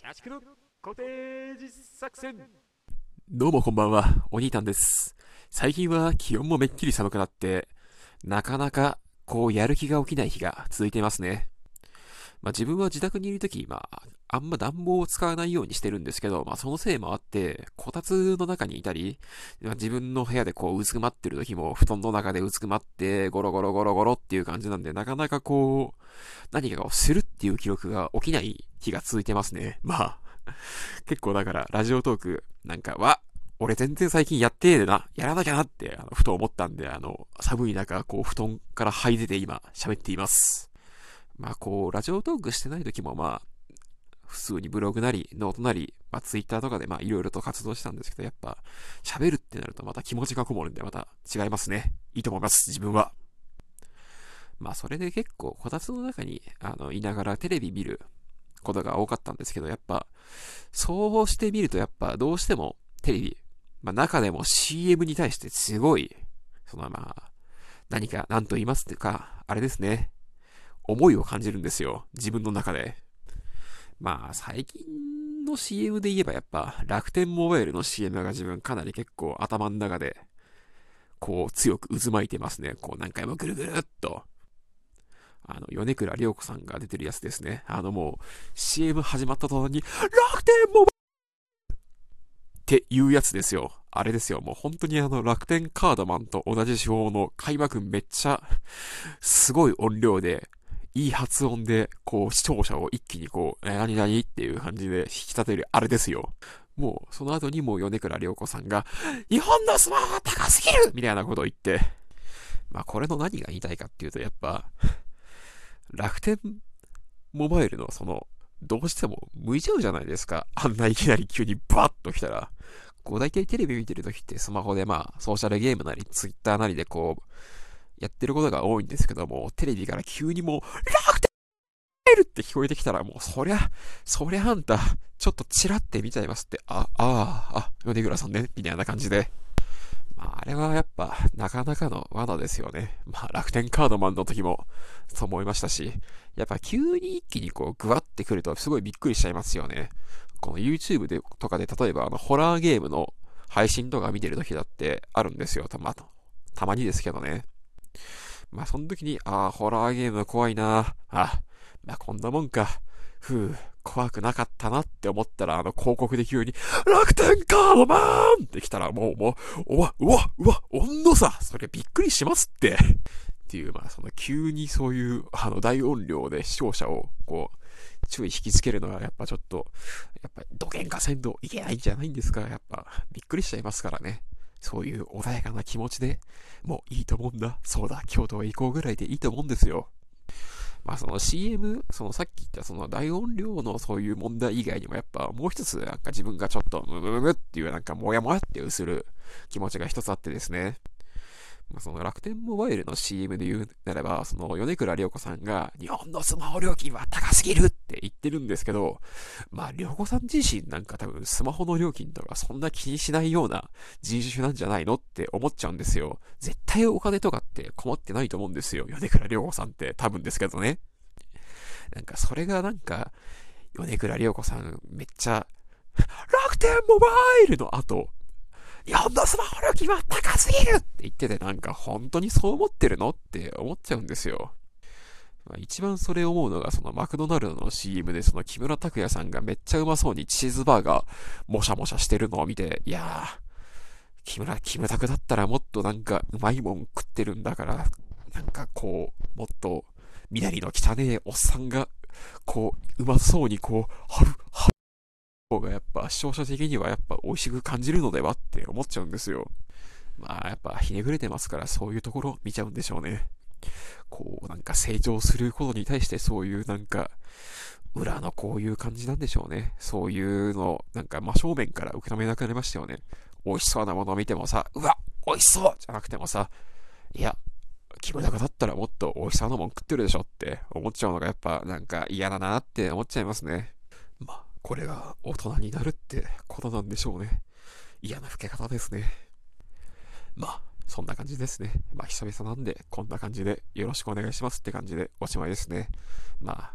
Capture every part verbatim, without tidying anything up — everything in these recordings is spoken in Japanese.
社畜のコテージ作戦。 どうもこんばんは、お兄たんです。最近は気温もめっきり寒くなって、なかなかこうやる気が起きない日が続いていますね。まあ自分は自宅にいるとき、まああんま暖房を使わないようにしてるんですけど、まあそのせいもあって、こたつの中にいたり、まあ自分の部屋でこううずくまってるときも布団の中でうずくまってゴロゴロゴロゴロっていう感じなんで、なかなかこう何かをするっていう記録が起きない日が続いてますね。まあ結構だからラジオトークなんかは、俺全然最近やってえな、やらなきゃなって、あの、ふと思ったんで、あの、寒い中、こう、布団から這い出て今、喋っています。まあ、こう、ラジオトークしてない時もまあ、普通にブログなり、ノートなり、まあ、ツイッターとかでまあ、いろいろと活動したんですけど、やっぱ、喋るってなるとまた気持ちがこもるんで、また違いますね。いいと思います、自分は。まあ、それで結構、こたつの中に、あの、いながらテレビ見ることが多かったんですけど、やっぱ、そうしてみるとやっぱどうしてもテレビ、まあ中でも シーエム に対してすごい、そのまあ、何か何と言いますっていうか、あれですね、思いを感じるんですよ。自分の中で。まあ最近の シーエム で言えばやっぱ楽天モバイルの シーエム が自分かなり結構頭の中でこう強く渦巻いてますね。こう何回もぐるぐるっと。あの、米倉涼子さんが出てるやつですね。あのもう シーエム 始まった途端に楽天モバイルっていうやつですよ。あれですよ。もう本当にあの楽天カードマンと同じ手法の開幕めっちゃすごい音量で、いい発音で、こう視聴者を一気にこう、えー、何々っていう感じで引き立てるあれですよ。もうその後にもう米倉涼子さんが、日本のスマホは高すぎるみたいなことを言って、まあこれの何が言いたいかっていうとやっぱ、楽天モバイルのその、どうしても向いちゃうじゃないですか。あんないきなり急にバッと来たら。こう大体テレビ見てるときってスマホでまあソーシャルゲームなりツイッターなりでこうやってることが多いんですけども、テレビから急にもう楽天って聞こえてきたらもうそりゃ、そりゃあんたちょっとチラって見ちゃいますって、あ、ああ、あ、米倉さんね、みたいな感じで。まああれはやっぱなかなかの罠ですよね。まあ楽天カードマンの時もそう思いましたし、やっぱ急に一気にこうグワってくるとすごいびっくりしちゃいますよね。この YouTube でとかで例えばあのホラーゲームの配信とか見てる時だってあるんですよ。たま、たまにですけどね。まあその時に、ああ、ホラーゲーム怖いな。あ、まあこんなもんか。ふう、怖くなかったなって思ったら、あの広告で急に、楽天カードマンって来たらもう、もう、おわ、うわ、うわ、温度差それびっくりしますって。っていう、まあその急にそういう、あの大音量で視聴者を、こう、注意引きつけるのはやっぱちょっと、やっぱりどげんかせんといけないんじゃないんですか。やっぱ、びっくりしちゃいますからね。そういう穏やかな気持ちで、もういいと思うんだ。そうだ、京都へ行こうぐらいでいいと思うんですよ。まあその シーエム、そのさっき言ったその大音量のそういう問題以外にもやっぱもう一つなんか自分がちょっとムムムムっていうなんかモヤモヤって薄る気持ちが一つあってですね。まあ、その楽天モバイルの シーエム で言うならば、その米倉涼子さんが日本のスマホ料金は高すぎるって言ってるんですけど、まあ涼子さん自身なんか多分スマホの料金とかそんな気にしないような人種なんじゃないのって思っちゃうんですよ。絶対お金とかって困ってないと思うんですよ。米倉涼子さんって多分ですけどね。なんかそれがなんか、米倉涼子さんめっちゃ、楽天モバイルの後、日本のスマホ料金は高すぎるって言っててなんか本当にそう思ってるのって思っちゃうんですよ。まあ、一番それを思うのがそのマクドナルドの シーエム でその木村拓哉さんがめっちゃうまそうにチーズバーガーもしゃもしゃしてるのを見て、いやー、木村、木村拓だったらもっとなんかうまいもん食ってるんだから、なんかこう、もっと緑の汚ねえおっさんが、こう、うまそうにこう、はる、はる方がやっぱ視聴者的にはやっぱ美味しく感じるのではって思っちゃうんですよ。まあやっぱひねくれてますからそういうところ見ちゃうんでしょうね。こうなんか成長することに対してそういうなんか裏のこういう感じなんでしょうね。そういうのなんか真正面から受け止めなくなりましたよね。美味しそうなものを見てもさ、うわ美味しそうじゃなくてもさ、いやキムタクだったらもっと美味しそうなもん食ってるでしょって思っちゃうのがやっぱなんか嫌だなって思っちゃいますね。まあこれが大人になるってことなんでしょうね。嫌な老け方ですね。まあ、そんな感じですね。まあ、久々なんで、こんな感じでよろしくお願いしますって感じでおしまいですね。まあ、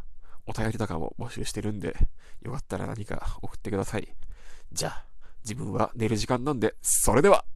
お便りとかも募集してるんで、よかったら何か送ってください。じゃあ、自分は寝る時間なんで、それでは